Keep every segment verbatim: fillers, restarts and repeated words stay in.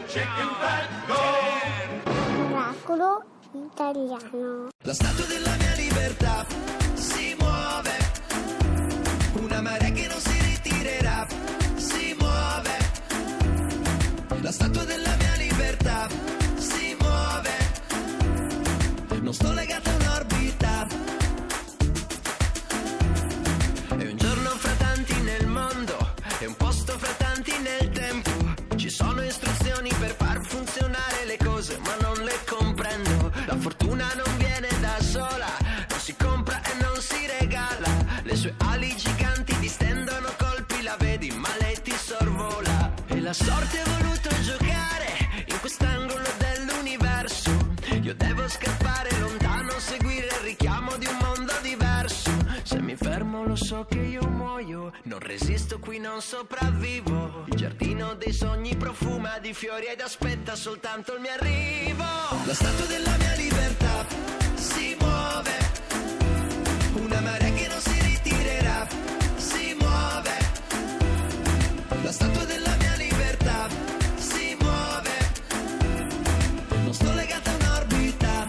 chicken fat go. Miracolo italiano. La statua della mia libertà si muove, una marea che non si ritirerà, si muove. La statua della mia libertà si muove, non sto legato a un'orbita. È un giorno fra tanti nel mondo, è un posto fra tanti nel tempo. Ci sono istruzioni per far funzionare le cose, ma non le comprendo. La fortuna non viene da sola, non si compra e non si regala. Le sue ali giganti distendono colpi, la vedi, ma lei ti sorvola. E la sorte ha voluto giocare in quest'angolo dell'universo. Io devo scappare lontano, seguire il richiamo di un mondo diverso. Se mi fermo lo so che io muoio, non resisto qui, non sopravvivo. Il giardino dei sogni profuma di fiori ed aspetta soltanto il mio arrivo. La statua della mia libertà si muove, una marea che non si ritirerà, si muove. La statua della mia libertà si muove, non sto legato a un'orbita.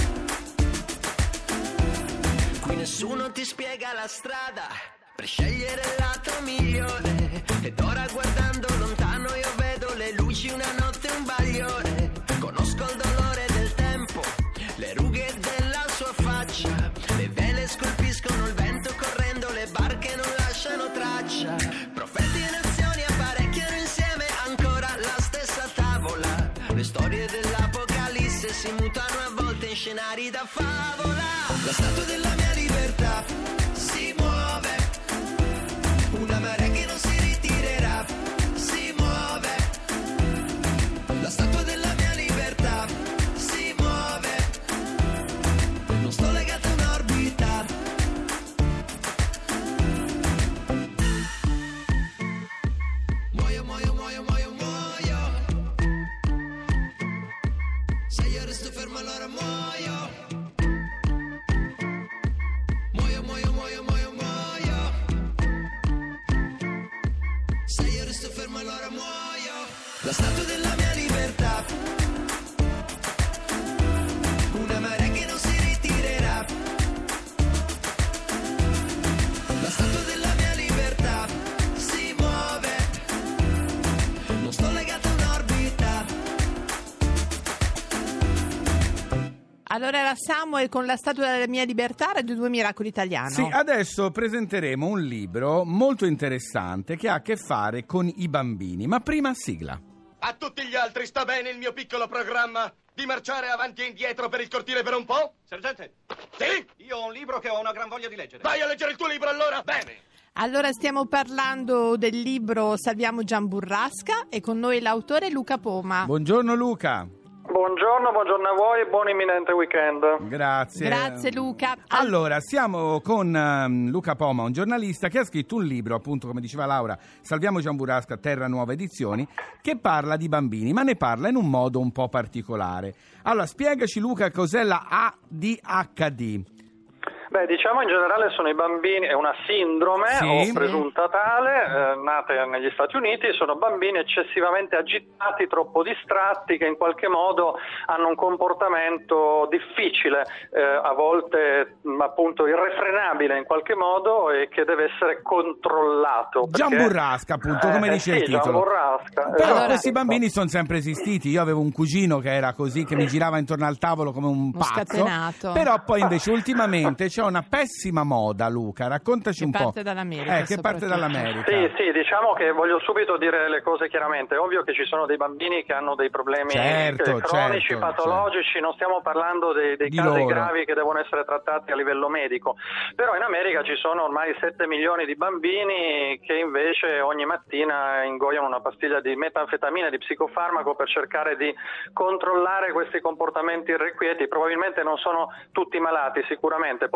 Qui nessuno ti spiega la strada per scegliere il lato migliore. Ed ora guardando lontano io vedo le luci, una notte, un bagliore. Conosco il dolore del tempo, le rughe della sua faccia. Le vele scolpiscono il vento correndo, le barche non lasciano traccia. Profeti e nazioni apparecchiano insieme ancora la stessa tavola. Le storie dell'Apocalisse si mutano a volte in scenari da favola. La statua della mia libertà si muove, una marea che non si ritirerà, si muove. La statua della mia libertà si muove, non sto legato a un'orbita. Muoio, muoio, muoio, muoio, muoio. Se io resto fermo allora muoio. Muoio, muoio, muoio, muoio, muoio. Se io resto fermo allora muoio. La statua della mia libertà, una marea che non si ritirerà. La statua della mia libertà si muove, non sto legato a un'orbita. Allora era Samuel con La statua della mia libertà, Radio due Miracolo Italiano. Sì, adesso presenteremo un libro molto interessante che ha a che fare con i bambini, ma prima sigla. A tutti gli altri sta bene il mio piccolo programma di marciare avanti e indietro per il cortile per un po'? Sergente, Sì? io ho un libro che ho una gran voglia di leggere. Vai a leggere il tuo libro allora? Bene. Allora stiamo parlando del libro Salviamo Gian Burrasca e con noi l'autore Luca Poma. Buongiorno Luca. Buongiorno, buongiorno a voi e buon imminente weekend. Grazie. Grazie Luca. Allora, siamo con um, Luca Poma, un giornalista che ha scritto un libro, appunto, come diceva Laura, Salviamo Gian Burrasca, Terra Nuova Edizioni, che parla di bambini, ma ne parla in un modo un po' particolare. Allora, spiegaci Luca cos'è la A D H D. Beh, diciamo in generale sono i bambini, è una sindrome Sì. o presunta tale, eh, nata negli Stati Uniti, sono bambini eccessivamente agitati, troppo distratti, che in qualche modo hanno un comportamento difficile, eh, a volte mh, appunto irrefrenabile in qualche modo e che deve essere controllato. Gian perché- Burrasca, appunto, come Eh, dice sì, il Gian titolo. Burrasca, Però esatto. questi bambini sono sempre esistiti. Io avevo un cugino che era così, che mi girava intorno al tavolo come un pazzo. scatenato. Però poi invece ultimamente c'è una pessima moda, Luca, raccontaci Che un po'. parte dall'America, Eh, che parte soprattutto. dall'America. Sì, sì, diciamo che voglio subito dire le cose chiaramente. È ovvio che ci sono dei bambini che hanno dei problemi Certo, eh, cronici, certo, patologici, non stiamo parlando dei, dei Di casi loro. gravi che devono essere trattati a livello medico. Però in America ci sono ormai sette milioni di bambini che invece ogni mattina ingoiano una pastiglia di metanfetamina, di psicofarmaco, per cercare di controllare questi comportamenti irrequieti. Probabilmente non sono tutti malati, sicuramente, poi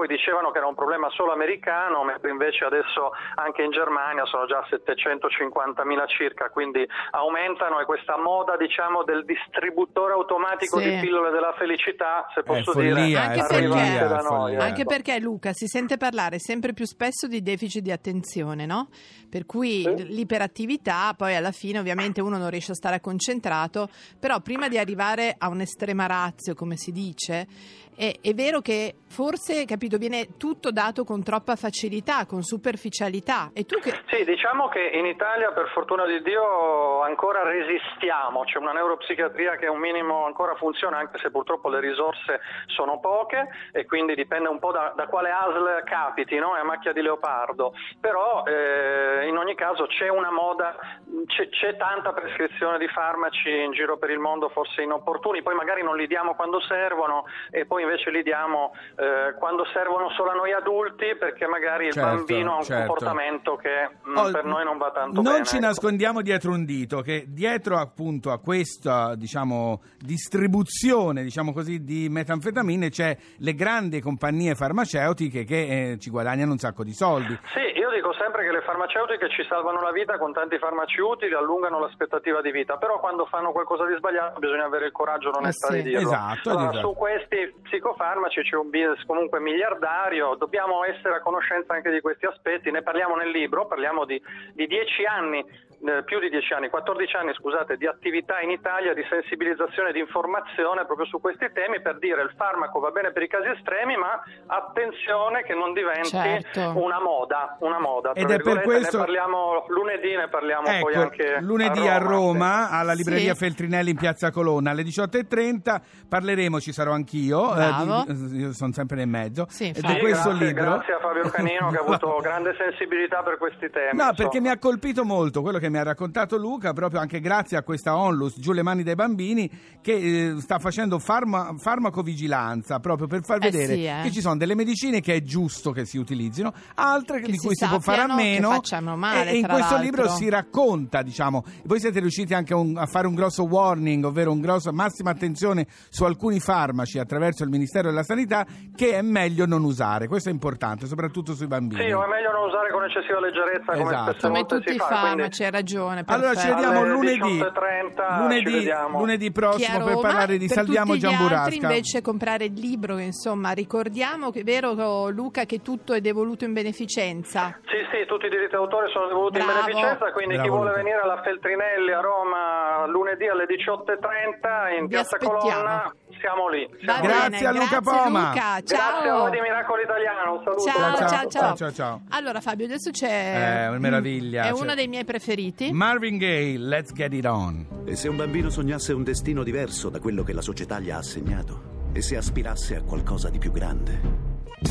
dicevano che era un problema solo americano, mentre invece adesso anche in Germania sono già settecentocinquantamila circa, quindi aumentano, e questa moda, diciamo, del distributore automatico sì. di pillole della felicità, se posso follia, dire, anche arriva perché, anche da noi. follia. Anche perché, Luca, si sente parlare sempre più spesso di deficit di attenzione, no? Per cui Sì. l'iperattività, poi alla fine ovviamente uno non riesce a stare concentrato, però prima di arrivare a un'estrema ratio, come si dice, è, è vero che forse, capito, viene tutto dato con troppa facilità, con superficialità. E tu che... Sì, diciamo che in Italia, per fortuna di Dio, ancora resistiamo, c'è una neuropsichiatria che un minimo ancora funziona, anche se purtroppo le risorse sono poche, e quindi dipende un po' da, da quale A S L capiti, no? È a macchia di leopardo, però eh, in ogni caso c'è una moda, c'è, c'è tanta prescrizione di farmaci in giro per il mondo, forse inopportuni, poi magari non li diamo quando servono e poi invece li diamo eh, quando servono solo a noi adulti, perché magari il Certo, bambino ha un certo. comportamento che mh, Oh, per noi non va tanto non bene. ci ecco. nascondiamo dietro un dito, che dietro appunto a questa, diciamo, distribuzione, diciamo così, di metanfetamine c'è le grandi compagnie farmaceutiche che eh, ci guadagnano un sacco di soldi. Sì, io dico sempre che le farmaceutiche ci salvano la vita con tanti farmaci utili, allungano l'aspettativa di vita, però quando fanno qualcosa di sbagliato bisogna avere il coraggio, l'onestà Eh sì. di dirlo. Esatto, Allora, esatto. su questi psicofarmaci c'è un business comunque miliardario, dobbiamo essere a conoscenza anche di questi aspetti, ne parliamo nel libro, parliamo di, di dieci anni, eh, più di dieci anni, quattordici anni scusate, di attività in Italia di sensibilizzazione e di informazione proprio su questi temi, per dire il farmaco va bene per i casi estremi, ma attenzione che non diventi Certo. una moda, una moda. tra Ed è per virgolette. questo- Ne parliamo lunedì, ne parliamo Ecco, poi anche lunedì a Roma, sì. alla libreria Sì. Feltrinelli in Piazza Colonna alle diciotto e trenta parleremo, ci sarò anch'io, Bravo. eh, di- io sono sempre nel mezzo, Sì, ed infatti. è questo grazie, libro. grazie a Fabio Canino che ha avuto grande sensibilità per questi temi. No, insomma. perché mi ha colpito molto quello che mi ha raccontato Luca, proprio anche grazie a questa Onlus, Giù le mani dai bambini, che eh, sta facendo farma- farmacovigilanza, proprio per far Eh vedere sì, eh. che ci sono delle medicine che è giusto che si utilizzino, altre Che di si cui si può fare a sappiano, che meno. facciano male, e, e in tra questo l'altro. libro si racconta, diciamo, voi siete riusciti anche un- a fare un grosso warning, ovvero un grosso massima attenzione su alcuni farmaci attraverso il Ministero della Sanità, che è meglio non usare. Questo è importante, soprattutto sui bambini. Sì, o è meglio non usare con eccessiva leggerezza, come Esatto. spesse Come volte tutti si i fa. farmaci, quindi- hai ragione. Allora ci perfetto. vediamo Alle lunedì, diciotto e trenta ci lunedì, vediamo. lunedì Chi prossimo a per Roma, parlare di per Salviamo tutti gli Giamburrasca. altri invece comprare il libro, insomma, ricordiamo che è vero, Luca, che tutto è devoluto in beneficenza. Sì, sì, tutti i diritti d'autore sono devoluti Bravo. in beneficenza, quindi Bravo, chi vuole Luca. venire alla Feltrinelli a Roma lunedì alle diciotto e trenta in Vi Piazza aspettiamo. Colonna, siamo lì. Va Siamo Grazie lì. a Luca grazie, Poma. Luca, ciao. Grazie a voi di Miracolo Italiano, un saluto. Ciao, Ciao, ciao, ciao, ciao, ciao. Allora Fabio, adesso c'è... Eh, una meraviglia. È Cioè- uno dei miei preferiti. Marvin Gaye, Let's Get It On. E se un bambino sognasse un destino diverso da quello che la società gli ha assegnato? E se aspirasse a qualcosa di più grande?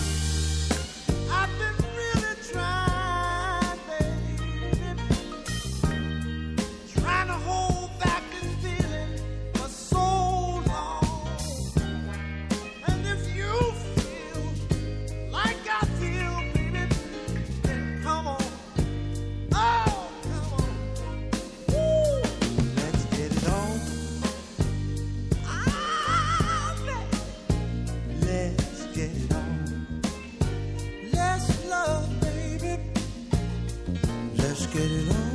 I've been really trying, baby, trying to hold back this feeling for so long. And if you feel like I feel, baby, then come on. Oh, come on. Woo. Let's get it on. Ah, baby. Let's get it on. Let's love, baby. Let's get it on.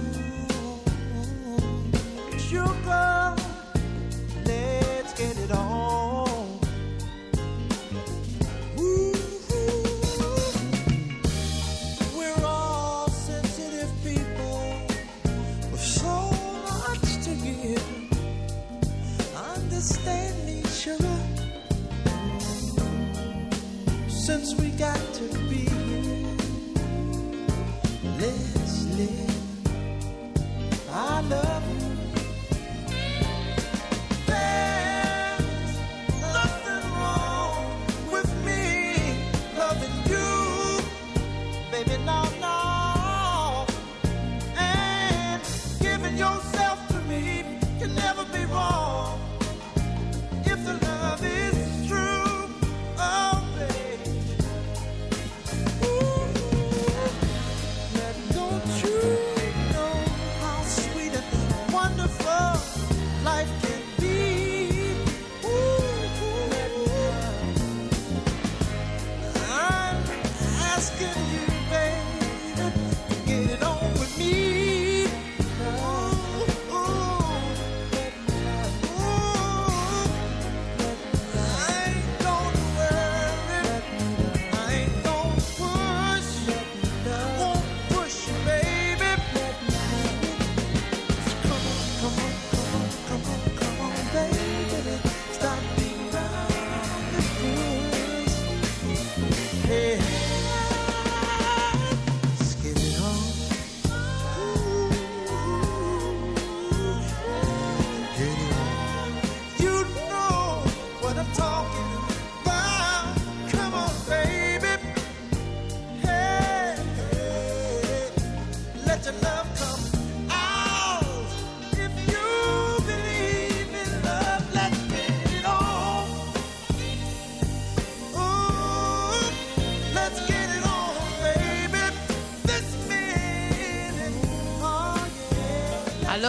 Sugar, let's get it on. Ooh, we're all sensitive people with so much to give. Understand each other. Since we got to be here, let's live. I love you. There's nothing wrong with me loving you, baby, no, no. And giving yourself to me can never be wrong if the love is true. Oh, baby. Ooh, now don't you know how sweet and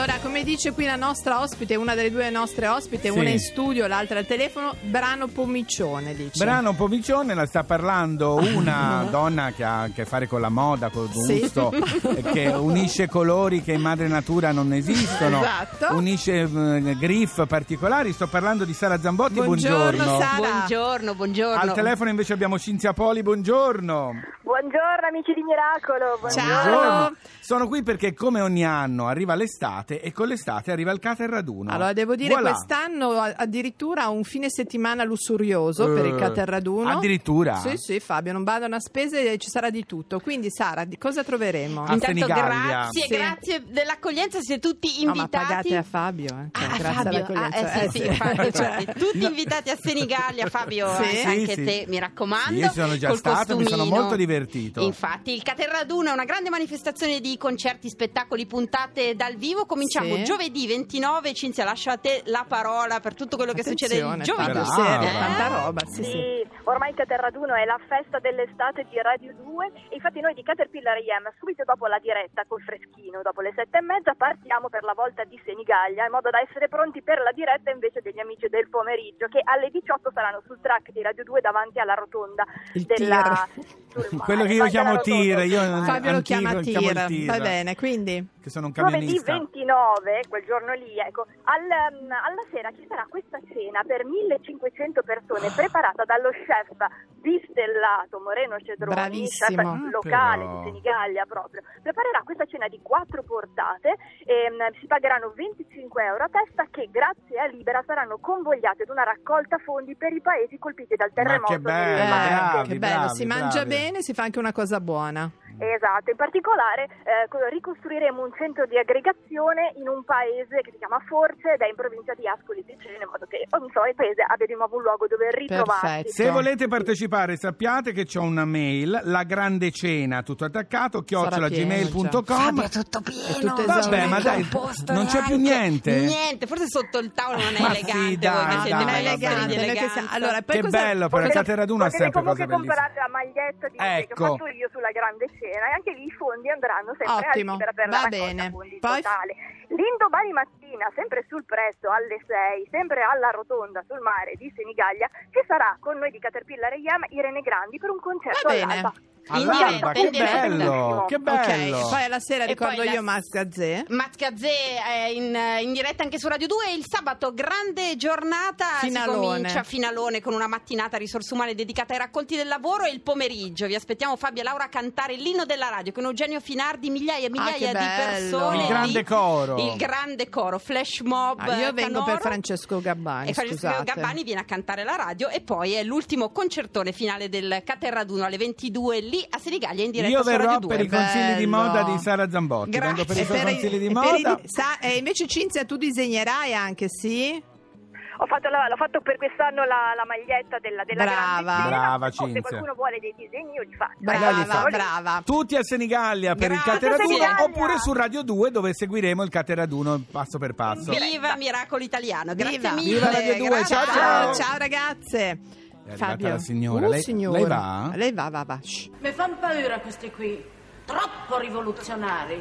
Allora, come dice qui la nostra ospite, una delle due nostre ospite, Sì. una in studio, l'altra al telefono, brano pomicione, dice. Brano pomicione, la sta parlando una donna che ha a che fare con la moda, col Sì. gusto, eh, che unisce colori che in madre natura non esistono, Esatto. unisce eh, griff particolari. Sto parlando di Sara Zambotti, Buongiorno, buongiorno. Sara. Buongiorno, buongiorno. Al telefono invece abbiamo Cinzia Poli, buongiorno. Buongiorno amici di Miracolo, buongiorno. Ciao. Sono qui perché come ogni anno arriva l'estate e con l'estate arriva il Caterraduno. Allora, devo dire, Voilà. quest'anno a- addirittura un fine settimana lussurioso per il Eh, Caterraduno. addirittura? Sì, sì, Fabio, non badano a spese e ci sarà di tutto. Quindi, Sara, di cosa troveremo? A Intanto Senigallia. grazie, Sì. grazie dell'accoglienza, siete tutti No, ma invitati. pagate a Fabio, eh. Cioè, Ah, grazie Fabio, all'accoglienza. ah, eh, sì, sì, infatti, Cioè, infatti. Tutti invitati a Senigallia, Fabio, Sì. eh, anche Sì, sì. te, mi raccomando. Sì, io sono già col stato, mi sono costumino. molto divertito. Infatti, il Caterraduno è una grande manifestazione di concerti, spettacoli, puntate dal vivo. Cominciamo Sì. giovedì ventinove. Cinzia, lascio a te la parola per tutto quello che succede il attenzione, giovedì. Fabio, Brava. serio, Eh? tanta roba, sì, sì. Sì, ormai il Caterraduno è la festa dell'estate di Radio due e infatti noi di Caterpillar I M subito dopo la diretta col freschino, dopo le sette e mezza partiamo per la volta di Senigallia in modo da essere pronti per la diretta invece degli amici del pomeriggio che alle diciotto saranno sul track di Radio due davanti alla rotonda Il della tir. sul mare, Quello che io davanti alla chiamo rotonda. tir, io Fabio lo anch'io chiama lo chiamo il tir. tir. Va bene, quindi Che sono un Giovedì camionista. ventinove, quel giorno lì, ecco, al, um, alla sera ci sarà questa cena per millecinquecento persone preparata dallo chef bistellato Moreno Cedroni, Bravissimo. chef locale Però. di Senigallia proprio. Preparerà questa cena di quattro portate e um, si pagheranno venticinque euro a testa che grazie a Libera saranno convogliate ad una raccolta fondi per i paesi colpiti dal terremoto. che bello, nelle Marche. bravi, eh, che bello, bravi, si mangia bravi. bene, si fa anche una cosa buona. Esatto, in particolare eh, co- ricostruiremo un centro di aggregazione in un paese che si chiama Force ed è in provincia di Ascoli Piceno, in modo che ogni il paese abbia di nuovo un luogo dove ritrovarsi. Perfetto. Se volete partecipare sappiate che c'ho una mail, la grande cena tutto attaccato chiocciola pieno gmail punto com. Fabio, è tutto pieno. È tutto Vabbè, esaurito. ma dai, Composto non c'è più neanche. niente. Niente, forse sotto il tavolo non è Ma elegante. sì, dai, voi che dai, siete dai, dei vabbè. masteri di Noi che eleganza. siamo- allora, poi Che cosa- bello, però il Potete- Caterraduno ha potete sempre cose comunque bellissime. comprare la maglietta di Ecco. che ho fatto io sulla grande cena e anche lì i fondi andranno sempre Ottimo, a Libera per va la raccolta bene. fondi Poi- totale. L'indomani mattina, sempre sul presto alle sei, sempre alla rotonda sul mare di Senigallia, ci sarà con noi di Caterpillar I M Irene Grandi per un concerto Va bene. all'alba. All'alba, In che diretta, in bello, che bello. Ok, poi alla sera E ricordo poi la- io Max Gazzè. Max Gazzè è in, in diretta anche su Radio due. Il sabato grande giornata, Finalone. si comincia finalone con una mattinata risorse umane dedicata ai racconti del lavoro e il pomeriggio vi aspettiamo Fabio e Laura a cantare l'inno della radio con Eugenio Finardi, migliaia e migliaia che di bello. persone. Il grande lì. coro. Il grande coro, flash mob. Ah, io vengo canoro. per Francesco Gabbani, E Francesco scusate. Gabbani viene a cantare la radio e poi è l'ultimo concertone finale del Caterraduno alle ventidue lì a Senigallia in diretta Io su verrò Radio due. per i consigli di Bello. moda di Sara Zambotti. Grazie. Vengo per i E suoi per i- consigli di e per i- moda. sa- e invece Cinzia tu disegnerai anche, sì? Ho fatto, la, l'ho fatto per quest'anno la, la maglietta della, della Brava. grande cena. Brava, O se Cinzia. qualcuno vuole dei disegni io li faccio. Brava, Lei li fa. brava. Tutti a Senigallia per Grazie, il Caterraduno Senigallia. oppure su Radio due dove seguiremo il Caterraduno passo per passo. Viva Miracolo Italiano, grazie Viva. mille. Viva Radio due, grazie. ciao, ciao. Ciao ragazze. È arrivata la signora. Uh, Lei- signora. lei va? Lei va, va, va. Shh. Mi fanno paura questi qui, troppo rivoluzionari.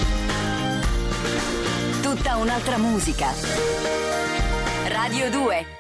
Tutta un'altra musica. Radio due.